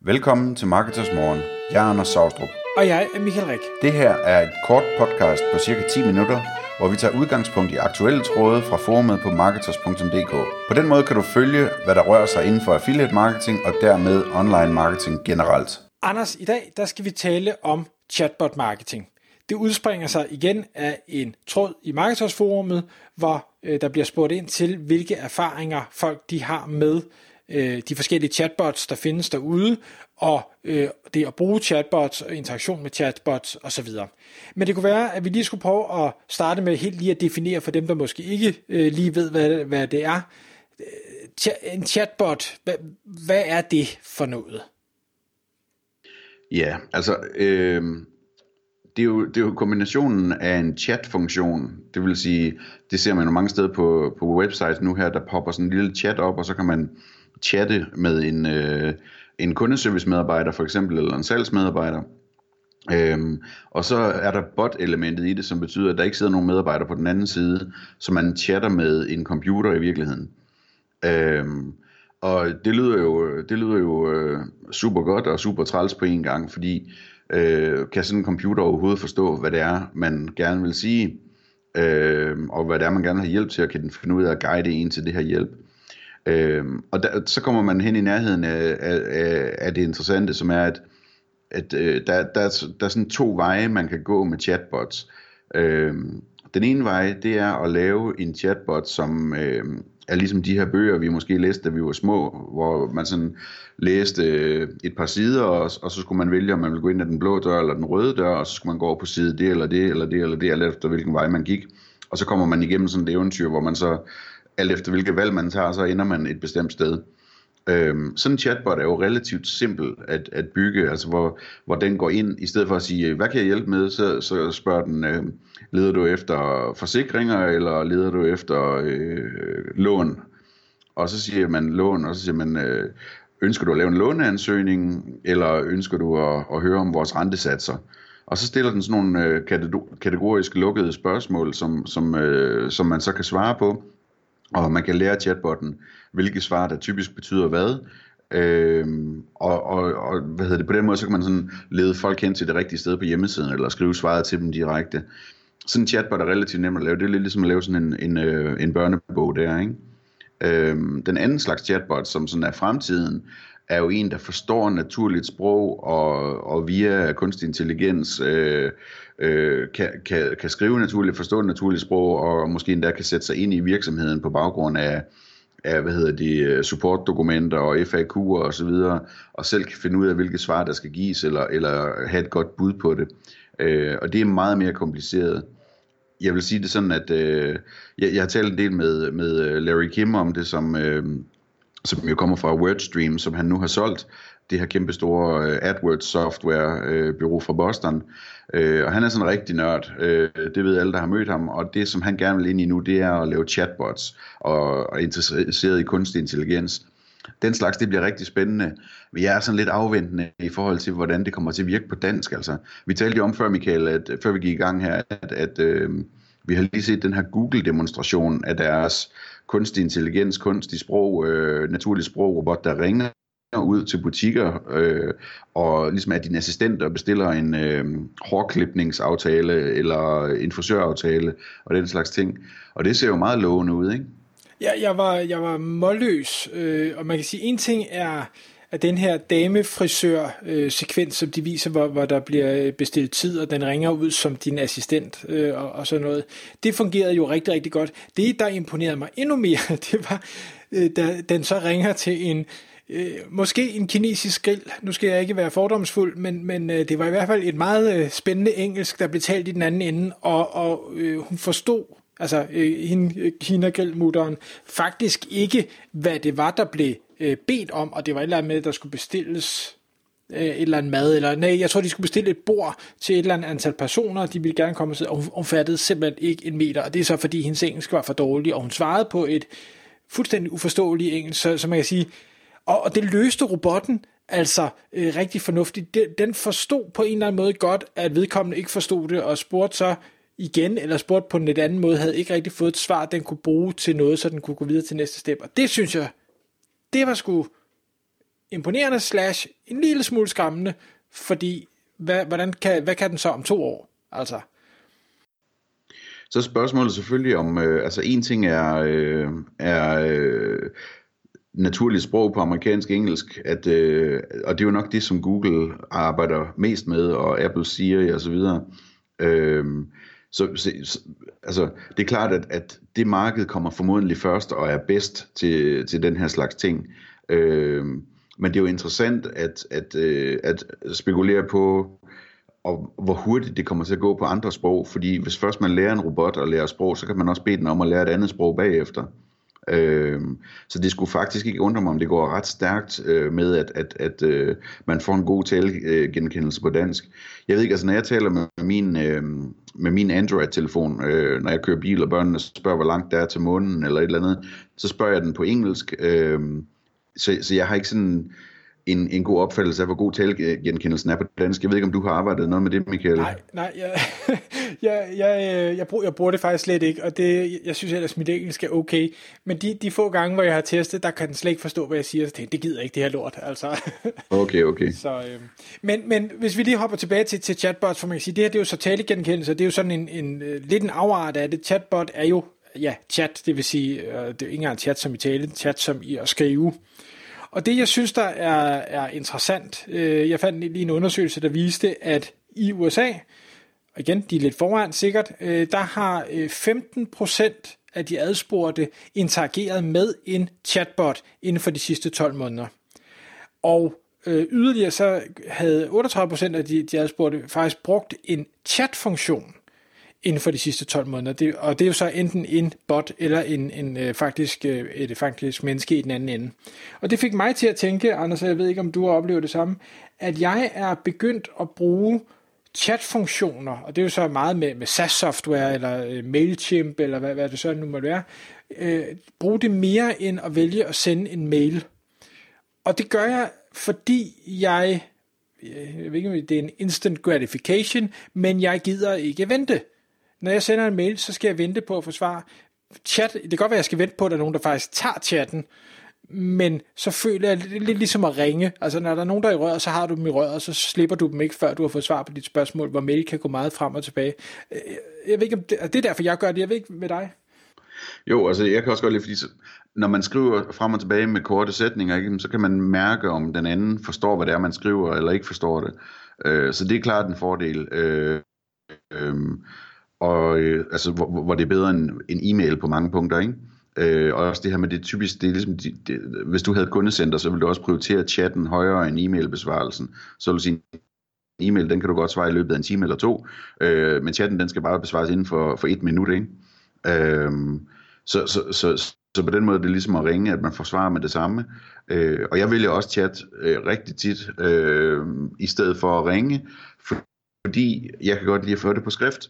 Velkommen til Marketers Morgen. Jeg er Anders Saustrup. Og jeg er Michael Rik. Det her er et kort podcast på cirka 10 minutter, hvor vi tager udgangspunkt i aktuelle tråde fra forumet på marketers.dk. På den måde kan du følge, hvad der rører sig inden for affiliate marketing og dermed online marketing generelt. Anders, i dag der skal vi tale om chatbot marketing. Det udspringer sig igen af en tråd i Marketers-forumet, hvor der bliver spurgt ind til, hvilke erfaringer folk de har med de forskellige chatbots, der findes derude, og det at bruge chatbots og interaktion med chatbots osv. Men det kunne være, at vi lige skulle prøve at starte med helt lige at definere for dem, der måske ikke lige ved, hvad det er. En chatbot, hvad er det for noget? Ja, altså det er jo kombinationen af en chat-funktion. Det vil sige, det ser man jo mange steder på websites nu her, der popper sådan en lille chat op, og så kan man chatte med en kundeservice-medarbejder for eksempel, eller en salgsmedarbejder. Og så er der bot-elementet i det, som betyder, at der ikke sidder nogen medarbejder på den anden side, så man chatter med en computer i virkeligheden. Og det lyder jo super godt og super træls på en gang, fordi kan sådan en computer overhovedet forstå, hvad det er, man gerne vil sige, og hvad det er, man gerne vil have hjælp til, og kan den finde ud af at guide en til det her hjælp. Og så kommer man hen i nærheden af det interessante, som er, at der er sådan to veje, man kan gå med chatbots. Den ene vej, det er at lave en chatbot, som er ligesom de her bøger, vi måske læste, da vi var små, hvor man sådan læste et par sider, og så skulle man vælge, om man ville gå ind ad den blå dør eller den røde dør, og så skulle man gå over på side det eller det eller det eller det, alt efter hvilken vej man gik. Og så kommer man igennem sådan et eventyr, hvor man så, alt efter hvilke valg man tager, så ender man et bestemt sted. Sådan en chatbot er jo relativt simpel at bygge, altså hvor den går ind, i stedet for at sige, hvad kan jeg hjælpe med, så spørger den, leder du efter forsikringer, eller leder du efter lån? Og så siger man lån, og så siger man, ønsker du at lave en låneansøgning, eller ønsker du at høre om vores rentesatser? Og så stiller den sådan nogle kategorisk lukkede spørgsmål, som man så kan svare på. Og man kan lære chatbotten, hvilke svar der typisk betyder hvad. Og hvad hedder det, på den måde så kan man sådan lede folk hen til det rigtige sted på hjemmesiden, eller skrive svaret til dem direkte. Sådan en chatbot er relativt nemt at lave. Det er lidt ligesom at lave sådan en børnebog der, ikke? Den anden slags chatbot, som sådan er fremtiden, er jo en, der forstår naturligt sprog, og via kunstig intelligens kan skrive naturligt, forstå naturligt sprog, og måske endda kan sætte sig ind i virksomheden på baggrund af supportdokumenter og FAQ'er og så videre, og selv kan finde ud af, hvilke svar der skal gives, eller have et godt bud på det. Og det er meget mere kompliceret. Jeg vil sige det sådan, at jeg har talt en del med Larry Kim om det, som jo kommer fra WordStream, som han nu har solgt, det her kæmpe store AdWords software bureau fra Boston. Og han er sådan en rigtig nørd, det ved alle, der har mødt ham, og det som han gerne vil ind i nu, det er at lave chatbots, og er interesseret i kunstig intelligens. Den slags, det bliver rigtig spændende, men jeg er sådan lidt afventende i forhold til, hvordan det kommer til at virke på dansk. Altså, vi talte jo om før, Michael, før vi gik i gang her, at vi har lige set den her Google-demonstration af deres kunstig intelligens, kunstig sprog, naturligt sprog, robot, der ringer ud til butikker, og ligesom er din assistent og bestiller en hårklipningsaftale, eller en frisøraftale, og den slags ting. Og det ser jo meget lovende ud, ikke? Ja, jeg var målløs, og man kan sige, en ting er, at den her damefrisør-sekvens, som de viser, hvor der bliver bestilt tid, og den ringer ud som din assistent og sådan noget, det fungerede jo rigtig, rigtig godt. Det, der imponerede mig endnu mere, det var, da den så ringer til en måske en kinesisk grill. Nu skal jeg ikke være fordomsfuld, men det var i hvert fald et meget spændende engelsk, der blev talt i den anden ende, og hun forstod, altså Kina-grillmutteren, faktisk ikke, hvad det var, der blev bedt om, og det var et eller andet med, der skulle bestilles et eller andet mad, eller nej, jeg tror, de skulle bestille et bord til et eller andet antal personer, de ville gerne komme og sidde, og hun fattede simpelthen ikke en meter, og det er så, fordi hendes engelsk var for dårlig, og hun svarede på et fuldstændig uforståeligt engelsk, så man kan sige, og det løste robotten altså rigtig fornuftigt. Den forstod på en eller anden måde godt, at vedkommende ikke forstod det, og spurgte så igen, eller spurgte på en lidt anden måde, havde ikke rigtig fået et svar, den kunne bruge til noget, så den kunne gå videre til næste step. Og det synes jeg, det var sgu imponerende slash en lille smule skræmmende, fordi hvad kan den så om 2 år? Altså. Så spørgsmålet selvfølgelig om, altså en ting er naturligt sprog på amerikansk engelsk, og det er jo nok det, som Google arbejder mest med, og Apple Siri og så videre. Altså, det er klart, at det marked kommer formodentlig først og er bedst til den her slags ting. Men det er jo interessant at spekulere på, og hvor hurtigt det kommer til at gå på andre sprog, fordi hvis først man lærer en robot at lære sprog, så kan man også bede den om at lære et andet sprog bagefter. Så det skulle faktisk ikke undre mig, om det går ret stærkt med, at man får en god talegenkendelse på dansk. Jeg ved ikke, altså når jeg taler med min Android-telefon, når jeg kører bil, og børnene spørger, hvor langt der er til månen, eller et eller andet, så spørger jeg den på engelsk. Så jeg har ikke sådan en god opfattelse af, hvor god talegenkendelsen er på dansk. Jeg ved ikke, om du har arbejdet noget med det, Michael? Nej, jeg bruger det faktisk slet ikke, og jeg synes ellers, mit engelsk er okay. Men de få gange, hvor jeg har testet, der kan den slet ikke forstå, hvad jeg siger. Så det gider ikke, det her lort. Altså. Okay. Så, men hvis vi lige hopper tilbage til chatbots, for man kan sige, det her det er jo så talegenkendelse, det er jo sådan lidt en afart af det. Chatbot er jo, chat, det vil sige, det er ikke engang chat som i tale, chat som i at skrive. Og det, jeg synes, der er interessant, jeg fandt lige en undersøgelse, der viste, at i USA, og igen, de er lidt foran sikkert, der har 15% af de adspurgte interageret med en chatbot inden for de sidste 12 måneder. Og yderligere så havde 38% af de adspurgte faktisk brugt en chatfunktion inden for de sidste 12 måneder. Og det er jo så enten en bot eller et faktisk menneske i den anden ende. Og det fik mig til at tænke, Anders, jeg ved ikke, om du har oplevet det samme, at jeg er begyndt at bruge chatfunktioner, og det er jo så meget med SaaS-software, eller MailChimp, eller hvad det så nu må være, bruge det mere end at vælge at sende en mail. Og det gør jeg, fordi jeg ved ikke, om det er en instant gratification, men jeg gider ikke vente. Når jeg sender en mail, så skal jeg vente på at få svar. Chat, det kan godt være, at jeg skal vente på, at der er nogen, der faktisk tager chatten, men så føler jeg lidt ligesom at ringe. Altså, når der er nogen, der er i røret, så har du dem i røret, og så slipper du dem ikke, før du har fået svar på dit spørgsmål, hvor mail kan gå meget frem og tilbage. Jeg ved ikke, om det er derfor, jeg gør det. Jeg ved ikke med dig. Jo, altså jeg kan også godt lide, fordi når man skriver frem og tilbage med korte sætninger, ikke, så kan man mærke, om den anden forstår, hvad det er, man skriver, eller ikke forstår det. Så det er klart en fordel. Altså, hvor det er bedre end en e-mail på mange punkter, ikke? Og også det her med det typisk, det er ligesom, hvis du havde et kundecenter, så ville du også prioritere chatten højere end e-mailbesvarelsen. Så vil du sige, en e-mail, den kan du godt svare i løbet af en time eller 2, men chatten, den skal bare besvares inden for 1 minut, ikke? Så på den måde det er det ligesom at ringe, at man får svar med det samme. Og jeg vælger også chat rigtig tit, i stedet for at ringe, fordi jeg kan godt lide at få det på skrift.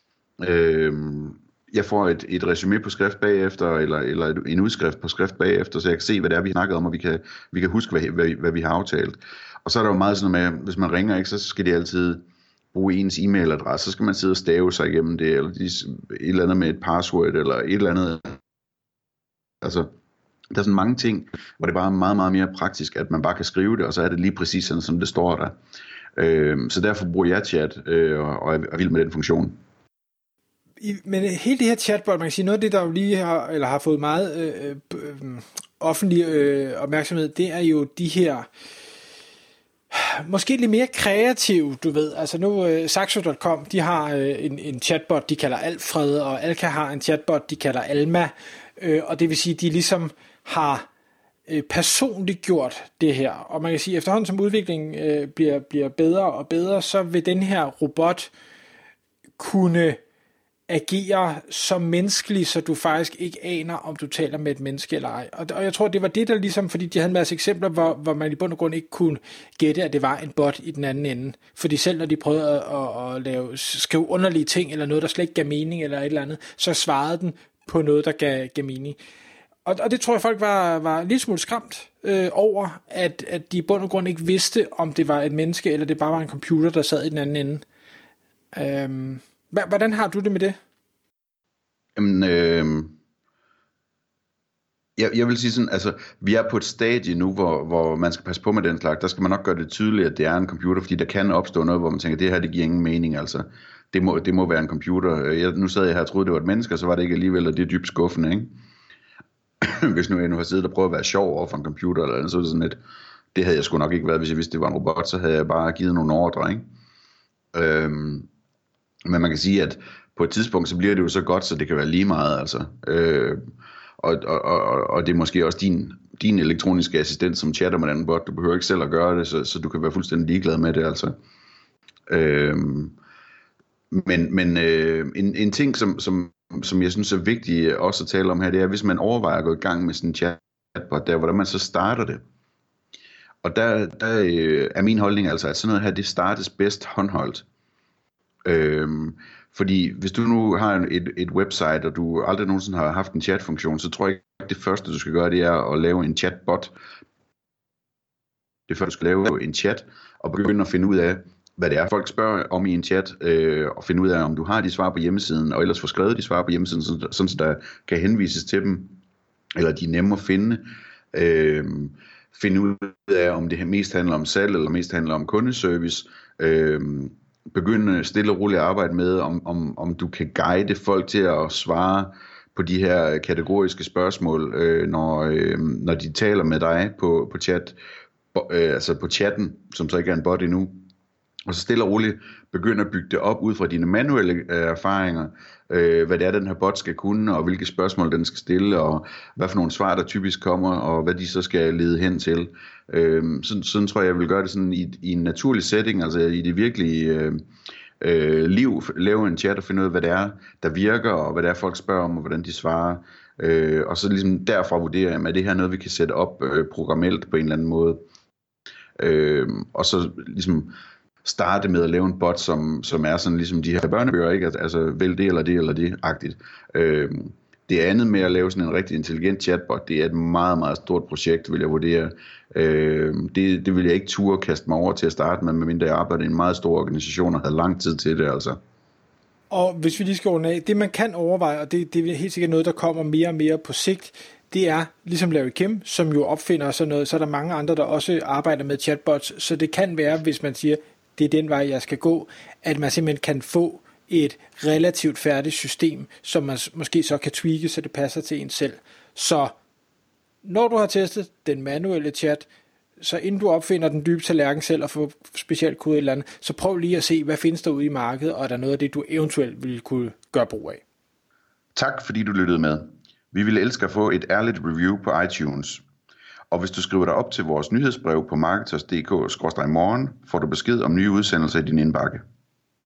Jeg får et resume på skrift bagefter, eller en udskrift på skrift bagefter, så jeg kan se, hvad det er, vi snakker om, og vi kan huske, hvad vi har aftalt. Og så er der jo meget sådan noget med, hvis man ringer, ikke, så skal de altid bruge ens e-mailadresse, så skal man sidde og stave sig igennem det, eller et eller andet med et password, eller et eller andet. Altså, der er sådan mange ting, hvor det bare er meget, meget mere praktisk, at man bare kan skrive det, og så er det lige præcis sådan, som det står der. Så derfor bruger jeg chat, og er vild med den funktion. Men hele det her chatbot, man kan sige, noget af det, der jo lige har fået meget offentlig opmærksomhed, det er jo de her måske lidt mere kreative, du ved. Altså nu, Saxo.com, de har en chatbot, de kalder Alfred, og Alka har en chatbot, de kalder Alma, og det vil sige, de ligesom har personligt gjort det her. Og man kan sige, efterhånden som udviklingen bliver bedre og bedre, så vil den her robot kunne agere som menneskelig, så du faktisk ikke aner, om du taler med et menneske eller ej. Og jeg tror, det var det, der ligesom, fordi de havde en masse eksempler, hvor man i bund og grund ikke kunne gætte, at det var en bot i den anden ende. Fordi selv når de prøvede at skrive underlige ting, eller noget, der slet ikke gav mening, eller et eller andet, så svarede den på noget, der gav mening. Og det tror jeg, folk var en lille smule skræmt over, at de i bund og grund ikke vidste, om det var et menneske, eller det bare var en computer, der sad i den anden ende. Hvordan har du det med det? Jamen, Jeg vil sige sådan, altså, vi er på et stadie nu, hvor man skal passe på med den slags. Der skal man nok gøre det tydeligt, at det er en computer, fordi der kan opstå noget, hvor man tænker, det her, det giver ingen mening, altså. Det må være en computer. Nu sad jeg her og troede, det var et menneske, og så var det ikke alligevel, og det er dybt skuffende, ikke? Hvis nu jeg har siddet og prøvet at være sjov over for en computer, eller så er det sådan lidt, det havde jeg sgu nok ikke været, hvis jeg vidste, det var en robot, så havde jeg bare givet nogle ordre, ikke? Men man kan sige, at på et tidspunkt, så bliver det jo så godt, så det kan være lige meget, altså. Og det er måske også din elektroniske assistent, som chatter med den bot. Du behøver ikke selv at gøre det, så du kan være fuldstændig ligeglad med det, altså. Men en ting, som jeg synes er vigtigt også at tale om her, det er, hvis man overvejer at gå i gang med sådan en chatbot, der, hvordan man så starter det. Og der er min holdning altså, at sådan noget her, det startes bedst håndholdt. Fordi hvis du nu har et website, og du aldrig nogensinde har haft en chatfunktion, så tror jeg ikke, at det første, du skal gøre, det er at lave en chatbot. Det første, du skal lave en chat, og begynde at finde ud af, hvad det er, folk spørger om i en chat, og finde ud af, om du har de svar på hjemmesiden, og ellers få skrevet de svar på hjemmesiden, sådan så der kan henvises til dem, eller de er nemme at finde. Finde ud af, om det mest handler om salg, eller mest handler om kundeservice. Begynde stille og roligt at arbejde med, om du kan guide folk til at svare på de her kategoriske spørgsmål, når de taler med dig på chat, altså på chatten, som så ikke er en bot endnu. Og så stille og roligt begynde at bygge det op ud fra dine manuelle erfaringer, hvad det er, den her bot skal kunne, og hvilke spørgsmål den skal stille, og hvad for nogle svar, der typisk kommer, og hvad de så skal lede hen til. Sådan tror jeg vil gøre det sådan i en naturlig setting, altså i det virkelige liv, lave en chat og finde ud af, hvad det er, der virker, og hvad det er, folk spørger om, og hvordan de svarer. Og så ligesom derfra vurdere, er det her noget, vi kan sætte op programmelt på en eller anden måde. Og så ligesom starte med at lave en bot, som er sådan ligesom de her børnebøger, ikke? Altså vælg det eller det-agtigt. Det andet med at lave sådan en rigtig intelligent chatbot, det er et meget, meget stort projekt, vil jeg vurdere. Det vil jeg ikke turde kaste mig over til at starte med, medmindre jeg arbejder i en meget stor organisation og havde lang tid til det, altså. Og hvis vi lige skal runde af, det man kan overveje, og det er helt sikkert noget, der kommer mere og mere på sigt, det er ligesom Larry Kim, som jo opfinder sådan noget, så er der mange andre, der også arbejder med chatbots, så det kan være, hvis man siger, det er den vej, jeg skal gå, at man simpelthen kan få et relativt færdigt system, som man måske så kan tweake, så det passer til en selv. Så når du har testet den manuelle chat, så inden du opfinder den dybe tallerken selv og får specielt kode et eller andet, så prøv lige at se, hvad findes der ude i markedet, og er der noget af det, du eventuelt ville kunne gøre brug af. Tak fordi du lyttede med. Vi ville elske at få et ærligt review på iTunes. Og hvis du skriver dig op til vores nyhedsbrev på marketers.dk/morgen, får du besked om nye udsendelser i din indbakke.